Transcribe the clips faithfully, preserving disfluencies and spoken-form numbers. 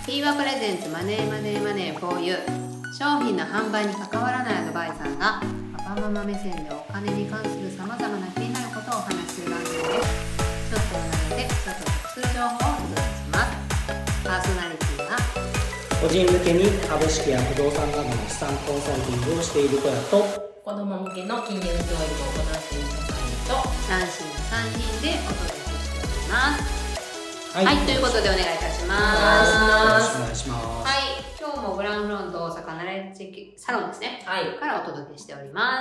ピーワプレゼンツマネーマネーマネー フォーユー 商品の販売に関わらないアドバイザーがパパママ目線でお金に関するさまざまな気になることをお話しする番組です。ちょっと学んでちょっと得する情報をお届けします。パーソナリティは個人向けに株式や不動産などの資産コンサルティングをしている小屋と、 子ども向けの金融教育を行っている社会と男子のさんにんでお届けしております。 はい、 はい、ということでお願いいたします。 よろしくお願いします。 はい、今日もグランフロント大阪ナレッジサロンですね、 はいからお届けしております。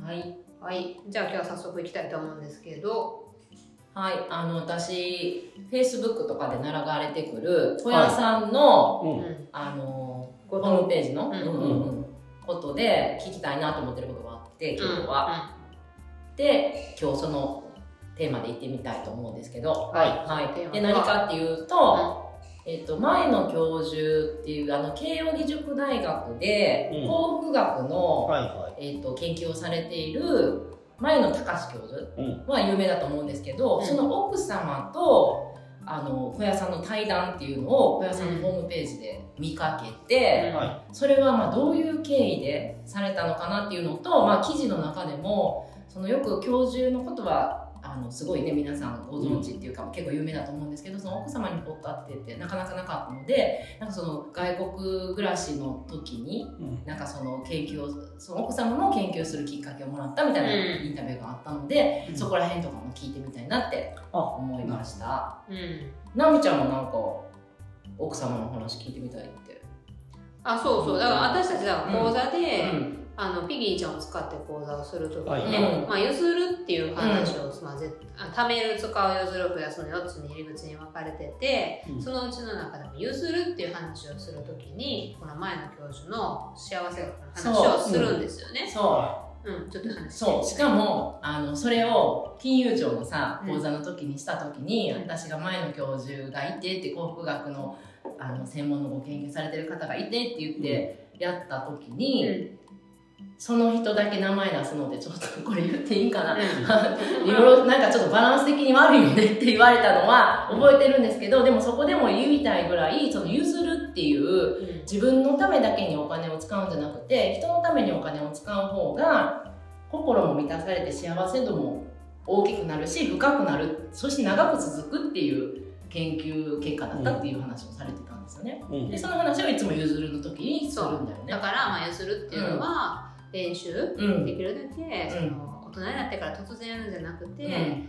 はい、 はい、じゃあ今日は早速いきたいと思うんですけど、 はい、あの私 Facebook とかで並ばれてくる小屋さんの、 はい、 うん、 あのホームページの、 うんうんうんうん、ことで聞きたいなと思ってることがあって今日は、 うん、 で今日そのテーマで行ってみたいと思うんですけど、 はいはい、で何かっていうと、うん、えっと前野教授っていうあの慶應義塾大学で幸福学の、うんはいはいえっと、研究をされている前野隆教授は有名だと思うんですけど、うん、その奥様とあの小屋さんの対談っていうのを小屋さんのホームページで見かけて、うん、それはまあどういう経緯でされたのかなっていうのと、まあ、記事の中でもそのよく教授のことはあのすごいね皆さんご存知っていうか、うん、結構有名だと思うんですけどその奥様にポッと会っててなかなかなかったのでなんかその外国暮らしの時に、うん、なんかその研究をその奥様の研究するきっかけをもらったみたいなインタビューがあったので、うん、そこら辺とかも聞いてみたいなって思いました。うん、なみちゃんもなんか奥様の話聞いてみたいって。 あ、そうそうだから私たちは講座で、うんうんあのピギーちゃんを使って講座をするときにね、はいまあ、譲るっていう話を、うんまあ、ぜ貯める、使う、譲る、増やすのよっつに入り口に分かれてて、うん、そのうちの中でも譲るっていう話をするときにこの前の教授の幸せ学の話をするんですよね。 そう、 うん、ちょっと話してそうしかもあのそれを金融庁のさ講座の時にした時に、うん、私が前の教授がいてって幸福学の、あの専門のご研究されてる方がいてって言ってやった時に、うんその人だけ名前出すのでちょっとこれ言っていいかな、うん、いろいろなんかちょっとバランス的に悪いよねって言われたのは覚えてるんですけどでもそこでも言いたいぐらいその譲るっていう自分のためだけにお金を使うんじゃなくて人のためにお金を使う方が心も満たされて幸せ度も大きくなるし深くなるそして長く続くっていう研究結果だったっていう話をされてたんですよね、うん、でその話をいつも譲るの時にするんだよね。 だからまあ譲るっていうのは、うん練習できるだけ、うん、その大人になってから突然やるんじゃなくて、うん、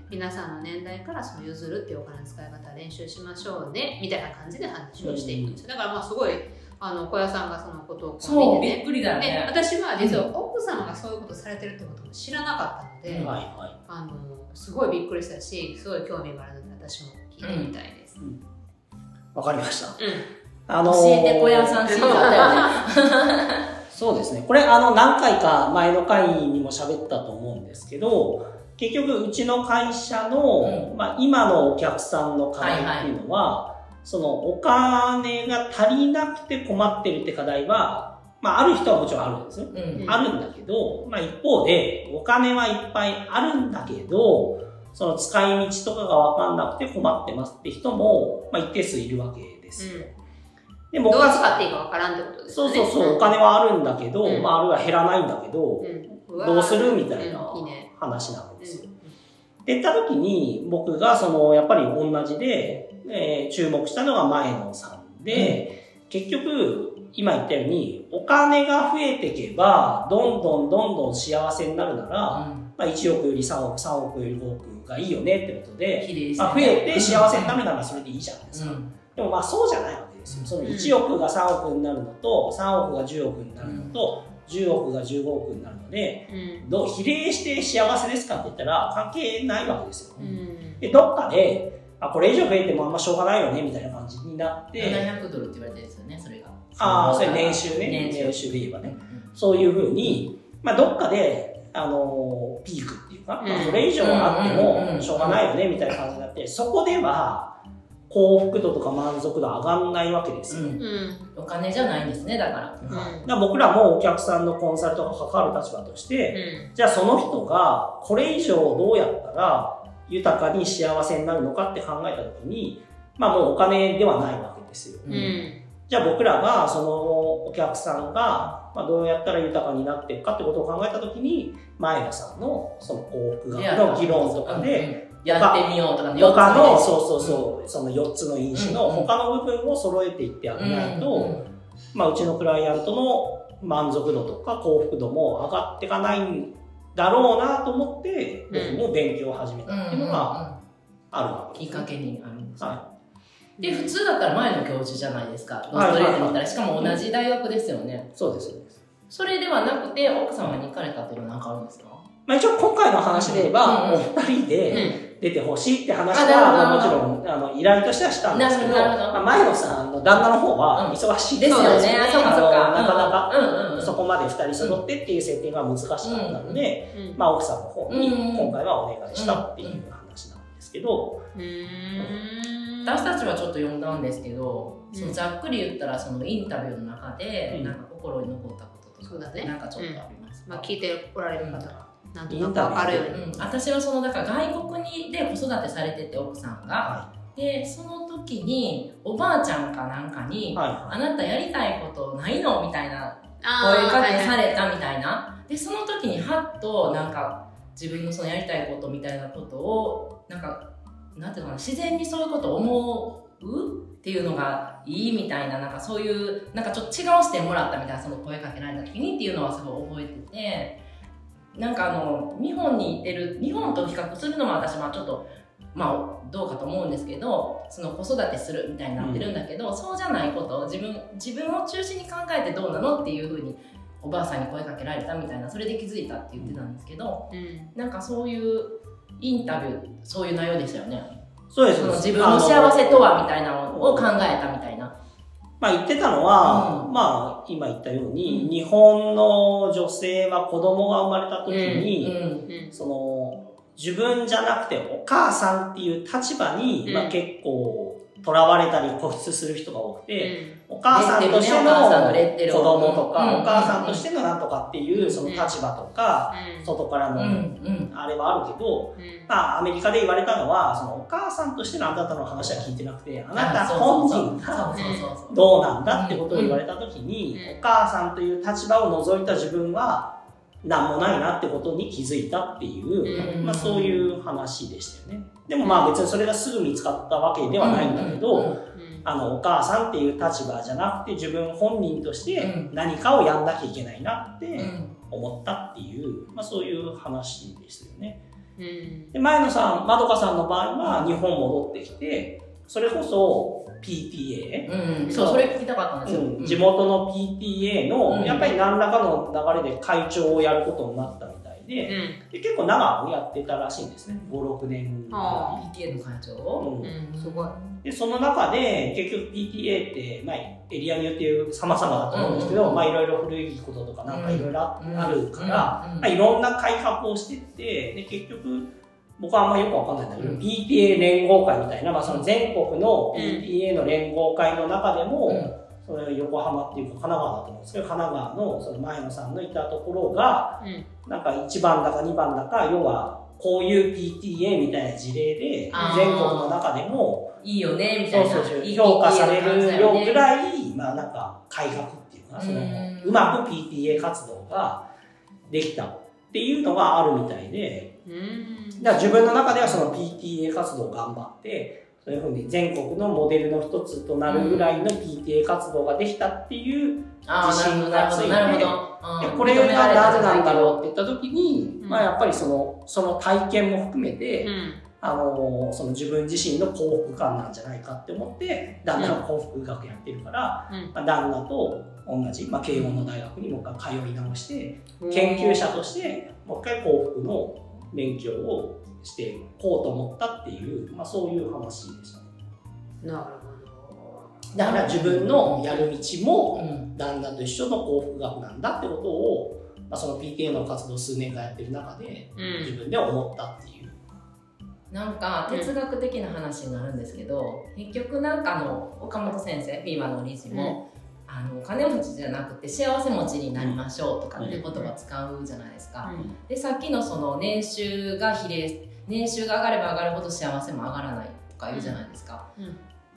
皆さんの年代からその譲るっていうお金の使い方練習しましょうねみたいな感じで話をしていくんですよ。だからまあすごいあの小屋さんがそのことをこう見てねそうびっくりだよね。 私は実は奥様がそういうことされてるってことも知らなかったので、うんはいはい、あのすごいびっくりしたしすごい興味があるので私も聞いてみたいです。わ、 うん、かりました。うんあのー、教えて小屋さん知りたったよね。 そうですね。これあの何回か前の回にも喋ったと思うんですけど、結局うちの会社の、うんまあ、今のお客さんの課題っていうのは、はいはい、そのお金が足りなくて困ってるって課題は、まあある人はもちろんあるんですよ。うん、あるんだけど、まあ一方でお金はいっぱいあるんだけど、その使い道とかがわかんなくて困ってますって人も、まあ一定数いるわけですよ。うんでもどう使っていいかわからんってことですね。 そうそうそう、お金はあるんだけど、うん、まああるいは減らないんだけど、うん、どうするみたいな話なんですよ。うんいいね、って言った時に、僕がその、やっぱり同じで、えー、注目したのが前野さんで、うん、結局、今言ったように、お金が増えていけば、どんどんどんどん幸せになるなら、うんまあ、いちおくよりさんおく、さんおくよりごおくがいいよねってことで、ねまあ、増えて幸せになるならそれでいいじゃないですか。うん、でもまあそうじゃないわけですよ。そのいちおくがさんおくになるのと、さんおくがじゅうおくになるのと、じゅうおくがじゅうごおくになるので、うん、どう比例して幸せですかって言ったら関係ないわけですよ。うん、でどっかで、あ、これ以上増えてもあんましょうがないよねみたいな感じになって。 ななひゃくドルって言われてるんですよね、それが。 ああ、それ年収ね。年収、年収で言えばね。うん、そういうふうに、まあどっかで、あのー、ピークっていうか、うんまあ、それ以上あってもしょうがないよねみたいな感じになって、そこでは、幸福度とか満足度上がんないわけですよ、うんうん、お金じゃないんですねだから、うん、だから僕らもお客さんのコンサルとか関わる立場として、うん、じゃあその人がこれ以上どうやったら豊かに幸せになるのかって考えた時にまあもうお金ではないわけですよ、うん、 じゃあ僕らがそのお客さんがまあどうやったら豊かになっていくかってことを考えたときに、前野さんのその幸福学の議論とかで、 やってみようとか、 他の、そうそうそう、そのよっつの因子の他の部分を揃えていってやらないと、まあうちのクライアントの満足度とか幸福度も上がっていかないんだろうなと思って、僕も勉強を始めたっていうのがあるわけです。きっかけにあるんですね。 はい、 で、普通だったら前の教授じゃないですか。ドストレート見たら、しかも同じ大学ですよね。 そうです、そうです。 それではなくて、奥様に行かれたっていうのは何かあるんですか？ まあ一応今回の話で言えば、お二人で出てほしいって話は、もちろん、あの、依頼としてはしたんですけど、まあ、前野さんの旦那の方は忙しいですよね。そうかそうか。 なかなか、そこまで二人揃ってっていう設定が難しかったので、まあ奥さんの方に今回はお願いしたっていう話なんですけど、 私たちはちょっと読んだんですけど、そのざっくり言ったらそのインタビューの中で、なんか心に残ったこととか、なんかちょっとありますか？ まあ聞いておられる方が。なんとなく分かるように、 うん、私はそのだから外国にで子育てされてて奥さんが、はい、でその時におばあちゃんかなんかに、はいはい、あなたやりたいことないのみたいな声かけされたみたいな、はいはい、でその時にハッとなんか自分のそのやりたいことみたいなことをなんかなんていうのかな、自然にそういうことを思うっていうのがいいみたいな、なんかそういうなんかちょっと違う視点もらったみたいな、その声かけられた時にっていうのはすごい覚えてて、なんかあの日本にいてる、日本と比較するのも私はちょっとまあどうかと思うんですけど、その子育てするみたいになってるんだけど、うん、そうじゃないことを自分自分を中心に考えてどうなのっていうふうにおばあさんに声かけられたみたいな、それで気づいたって言ってたんですけど、うん、なんかそういうインタビュー、そういう内容でしたよね。 そうです。 その自分の幸せとはみたいなのを考えたみたいな。 まあ言ってたのは、うん、まあ今言ったように、うん、日本の女性は子供が生まれた時に、うんうん、その自分じゃなくてお母さんっていう立場に、うん、まあ結構囚われたり固執する人が多くて、うん、お母さんとしての子供とか、お母さんとしてのなんとかっていうその立場とか、うん、外からのあれはあるけど、うん、まあアメリカで言われたのは、そのお母さんとしてのあなたの話は聞いてなくて、あなた本人がどうなんだってことを言われた時に、お母さんという立場を除いた自分はなんもないなってことに気づいたっていう、うん、まあそういう話でしたよね。でもまあ別にそれがすぐ見つかったわけではないんだけど、うんうんうん、あのお母さんっていう立場じゃなくて自分本人として何かをやんなきゃいけないなって思ったっていう、まあそういう話でしたよね。うん、で前野さん、まどかさんの場合は日本戻ってきて、それこそ ピーティーエー、 うん、そう、それ聞きたかったんですよ、うん、 地元の ピーティーエー の、うん、やっぱり何らかの流れで会長をやることになったみたいで、うん、で結構長くやってたらしいんですね。ご、ろくねん。 ああ、ピーティーエー の会長、 うんうん、すごい。で、その中で結局 ピーティーエー って、まあ、エリアによって様々だと思うんですけど、うん、まあいろいろ古いこととかなんかいろいろあるから、まあ、いろんな改革をしてって、で結局僕はあんまよくわかんないんだけど、うん、ピーティーエー 連合会みたいな、まあその全国の ピーティーエー の連合会の中でも、うん、それ横浜っていうか神奈川だと思うんですけど、神奈川のその前野さんのいたところが、うん、なんかいちばんだかにばんだか、要はこういう ピーティーエー みたいな事例で、全国の中でも、 いいよね、みたいな。 そうそうそう、評価されるよぐらい、まあなんか改革っていうか、その、うまく ピーティーエー 活動ができたっていうのがあるみたいで、だから自分の中ではその ピーティーエー 活動を頑張って、そういうふうに全国のモデルの一つとなるぐらいの ピーティーエー 活動ができたっていう自信がついて、これがなぜなんだろうって言った時に、まあやっぱりその、その体験も含めて、あの、その自分自身の幸福感なんじゃないかって思って、旦那が幸福学やってるから、まあ、旦那と同じ、まあ、慶応の大学にもう一回通い直して、研究者としてもう一回幸福の勉強をしていこうと思ったっていう、まあ、そういう話でしたね。 なるほど。だから自分のやる道も旦那と一緒の幸福学なんだってことを、まあ、その ピーティーエー の活動を数年間やってる中で自分で思ったっていう。 なんか哲学的な話になるんですけど、うん、結局なんかあの岡本先生、ビーマの理事も、うん、あのお金持ちじゃなくて幸せ持ちになりましょうとかって言葉使うじゃないですか、うん、でさっきのその年収が比例年収が上がれば上がるほど幸せも上がらないとか言うじゃないですか、うん、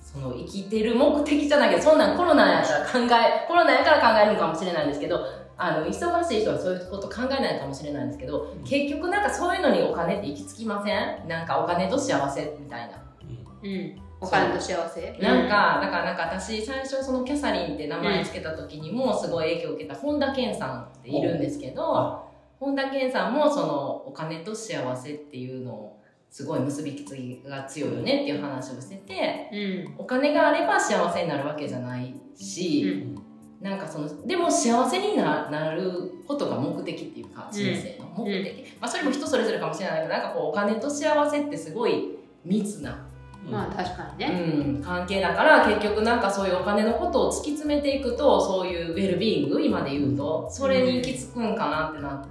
その生きてる目的じゃないけど、そんなんコロナやから考え、コロナやから考えるのかもしれないんですけど、あの、忙しい人はそういうこと考えないかもしれないんですけど、うん、結局なんかそういうのにお金って行き着きません？なんかお金と幸せみたいな。 うん。お金と幸せ？ なんか、だからなんか私最初そのキャサリンって名前つけた時にもすごい影響を受けた本田健さんっているんですけど、本田健さんもそのお金と幸せっていうのをすごい結びつきが強いよねっていう話をしてて、うん、お金があれば幸せになるわけじゃないし、うん、なんかそのでも幸せに な, なることが目的っていうか人生の目的、うんまあ、それも人それぞれかもしれないけど、なんかこうお金と幸せってすごい密な、 まあ確かにね、 うん、関係だから結局なんかそういうお金のことを突き詰めていくと、そういうウェルビーイング今で言うとそれに行き着くんかなってなって、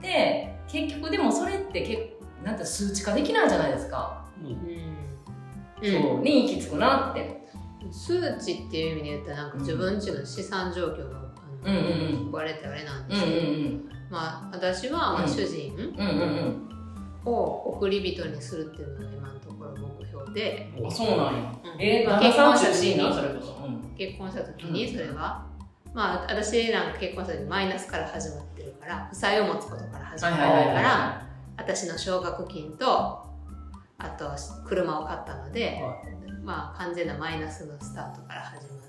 結局でもそれって結構なんて数値化できないじゃないですか、うん、そうに行き着くなって。 数値っていう意味で言ったらなんか自分ちの資産状況が言われてあれなんですけど、うんうんうん、まあ私はまあ主人を送り人にするっていうのが今のところ目標で。 あ、そうなんや、うんえーまあ、結婚した時にそれこそ、うん、 結婚した時にそれは、うん、まあ私なんか結婚した時にマイナスから始まってるから負債を持つことから始まってるから、私の奨学金とあと車を買ったので、はい、まあ完全なマイナスのスタートから始まって、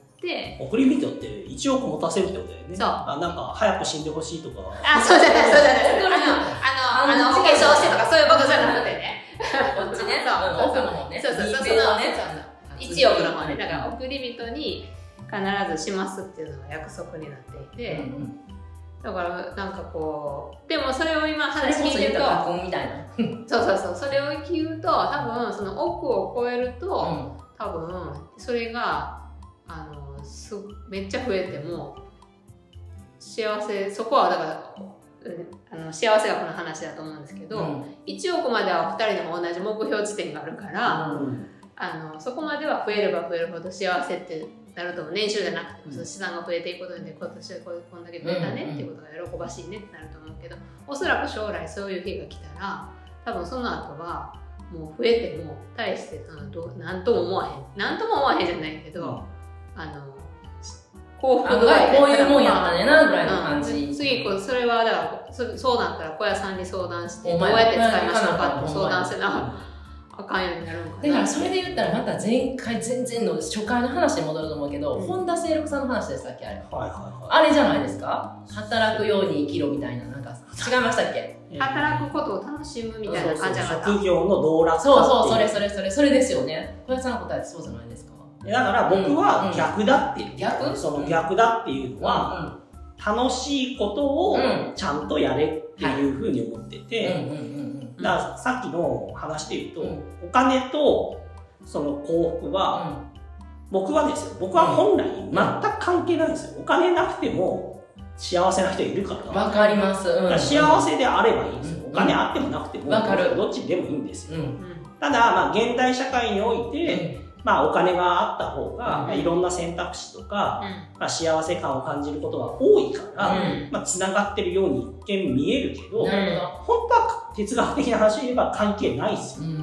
送り人っていちおく持たせるってことだよね。そうあなんか早く死んでほしいとか、 あそうじゃないそうじゃないあのあのあのお化粧してとかそういうことじゃなくてね、 こっちねそう奥の方ね、 そうそうそうそういちおくの方ね、だから送り人に必ずしますっていうのが約束になっていて、うんうんだからなんかこうでもそれを今話聞いてるとみたいなそうそうそうそれを聞くと多分その億を超えると、うん、多分それがあのすめっちゃ増えても幸せそこはだからあの幸せ額の話だと思うんですけど、うん、いちおくまではふたりでも同じ目標地点があるから、うん、あのそこまでは増えれば増えるほど幸せってなると思う。年収じゃなくて、うん、その資産が増えていくことで今年はこんだけ増えたねっていうことが喜ばしいねってなると思うけど、おそらく将来そういう日が来たら多分その後はもう増えても大してそのど何とも思わへん何とも思わへんじゃないけど、うん、あの幸福度合いこういうもんやったねなぐらいの感じ、 うん、次こうそれはだからそそうなったら小屋さんに相談してどうやって使いましょうかって相談せなあかんようになるんかな。 だからそれで言ったらまた前回前々の初回の話に戻ると思うけど、うん、本田清六さんの話でしたっけあれ、はいはいはい、あれじゃないですか、働くように生きろみたいな、なんか違いましたっけ働くことを楽しむみたいな感じじゃなかった。 職業の道楽そうそうそれそれそれそれですよね。小屋さんの答えってそうじゃないですか。 だから僕は逆だっていう、うん、 逆その逆だっていうのは、うん、楽しいことをちゃんとやれっていうふうに思ってて、だからさっきの話で言うと、うん、お金とその幸福は、うん、僕はですよ僕は本来全く関係ないんですよ。お金なくても幸せな人いるから。 わかります、うん、 だから幸せであればいいんですよ。お金あってもなくても、うん、どっちでもいいんですよ、うん、ただまあ現代社会において、うんまあお金があった方が、うん、いろんな選択肢とか、うんまあ、幸せ感を感じることが多いから、うんまあ、繋がってるように一見見えるけど、うん、本当は哲学的な話で言えば関係ないですよ、うん、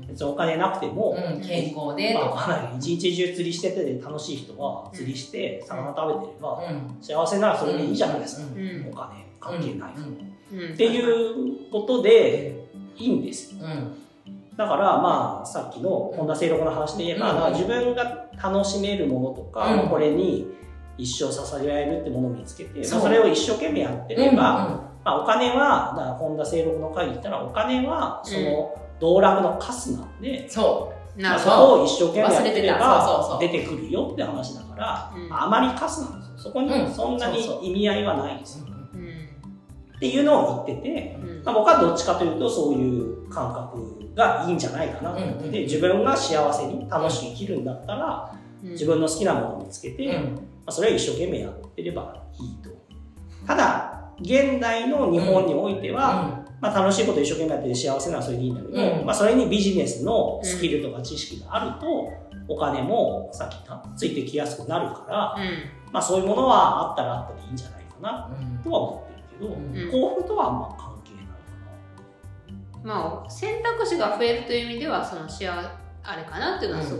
別にお金なくても、 うん、健康でとか、 まあ、一日中釣りしてて楽しい人は釣りして魚食べてれば、うん、幸せならそれでいいじゃないですか、うん、お金関係ないから、うん、っていうことでいいんですよ、うんだからまあさっきの本田清六の話で言えば、うん、だから自分が楽しめるものとか、うん、これに一生捧げられるってものを見つけて、そ, まあ、それを一生懸命やってれば、うんうんまあ、お金はだから本田清六の会で言ったらお金はその道楽のカスなんで、うん、 そ, うまあ、そこを一生懸命やってれば出てくるよって話だから、うんまあ、あまりカスなんですよ。そこにそんなに意味合いはないですよ、うん、っていうのを言ってて、うんまあ、僕はどっちかというとそういう感覚がいいんじゃないかなと思って、うんうん、自分が幸せに楽しく生きるんだったら、うん、自分の好きなものを見つけて、うんまあ、それを一生懸命やってればいいと。ただ現代の日本においては、うんまあ、楽しいことを一生懸命やってて幸せならそれでいいんだけど、うんまあ、それにビジネスのスキルとか知識があると、うん、お金もさっき言ったついてきやすくなるから、うんまあ、そういうものはあったらあったでいいんじゃないかなとは思ってるけど、うん、幸福とはあんま関係ないかな。 まあ、選択肢が増えるという意味ではその幸せあれかなっていうのはすごい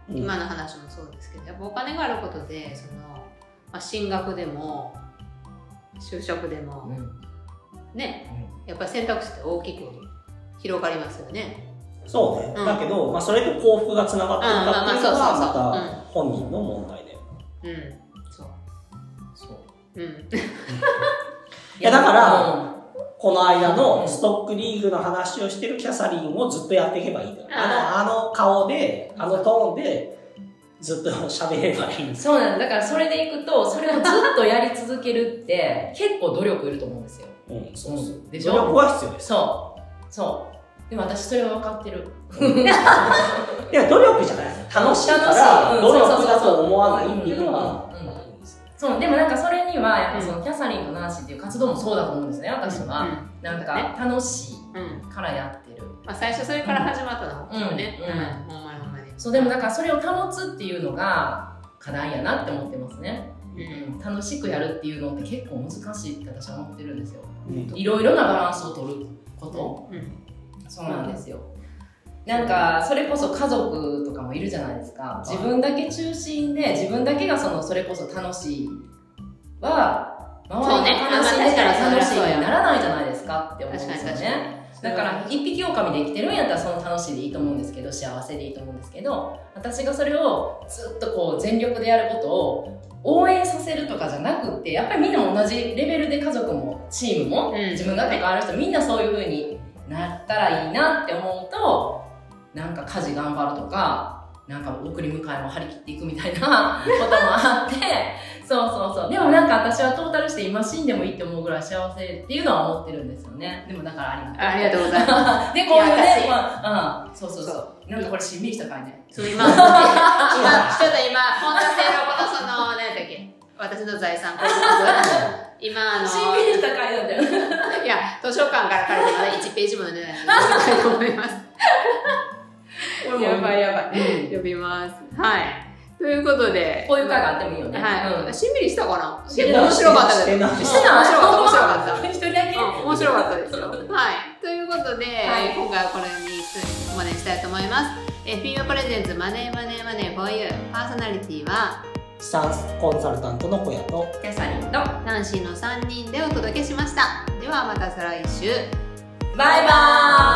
うん、今の話もそうですけど、やっぱお金があることでその、まあ、進学でも就職でも、うん、ね、うん、やっぱり選択肢って大きく広がりますよね。 そうね、うん、だけど、まあ、それで幸福がつながってるかっていうのはまた本人の問題で、 うん、そうそう、うん、いやだから、うん、この間のストックリーグの話をしてるキャサリンをずっとやっていけばいいから、あの、あの顔で、あのトーンでずっと喋ればいいんです。 そうなんだ。だからそれでいくと、それをずっとやり続けるって結構努力いると思うんですよ。 うん、そうそう。でしょ？努力は必要です。 そう。そう。でも私それは分かってる。 いや、努力じゃない。楽しいから努力だと思わないっていうのは。 そう、でもなんかそれには、やっぱそのキャサリンとナンシーっていう活動もそうだと思うんですね、私は。なんか楽しいからやってる。 まあ最初それから始まったのもね。 そう、でもだからそれを保つっていうのが課題やなって思ってますね。楽しくやるっていうのって結構難しいって私は思ってるんですよ。いろいろなバランスを取ること。そうなんですよ。なんかそれこそ家族とかもいるじゃないですか。自分だけ中心で自分だけがそのそれこそ楽しいは周りが楽しんでたら楽しいにならないじゃないですかって思うんですよね。だから一匹狼で生きてるんやったらその楽しいでいいと思うんですけど、幸せでいいと思うんですけど、私がそれをずっとこう全力でやることを応援させるとかじゃなくって、やっぱりみんな同じレベルで家族もチームも、うん、自分が関わる人みんなそういう風になったらいいなって思うと、なんか家事頑張るとか、なんか送り迎えも張り切っていくみたいなこともあってそうそうそう。でもなんか私はトータルして今死んでもいいって思うぐらい幸せっていうのは思ってるんですよね。でもだからありがとう。 ありがとうございます。 で、こういうね、まあ、うん、そうそうそう。なんかこれしんみりした回ね。 そう、今、今、ちょっと今、本田製のこのその、何だっけ、私の財産今あの、 しんみりした回なんだよ。 いや、図書館から借りてまだいちページも読んでないので、読みたいと思います。やばいやばい。読みます。はい。ということで。 こういう回があってもいいよね。 はい。しんみりしたかな？結構面白かったです。してない。面白かった、面白かった。一人だけ面白かったですよ。はい。ということで、今回はこれにここまでにしたいと思います。え、フィームプレゼンツマネーマネーマネー フォーユー パーソナリティは、 資産コンサルタントの小屋とキャサリンとナンシーのさんにんでお届けしました。ではまた再来週。 バイバーイ。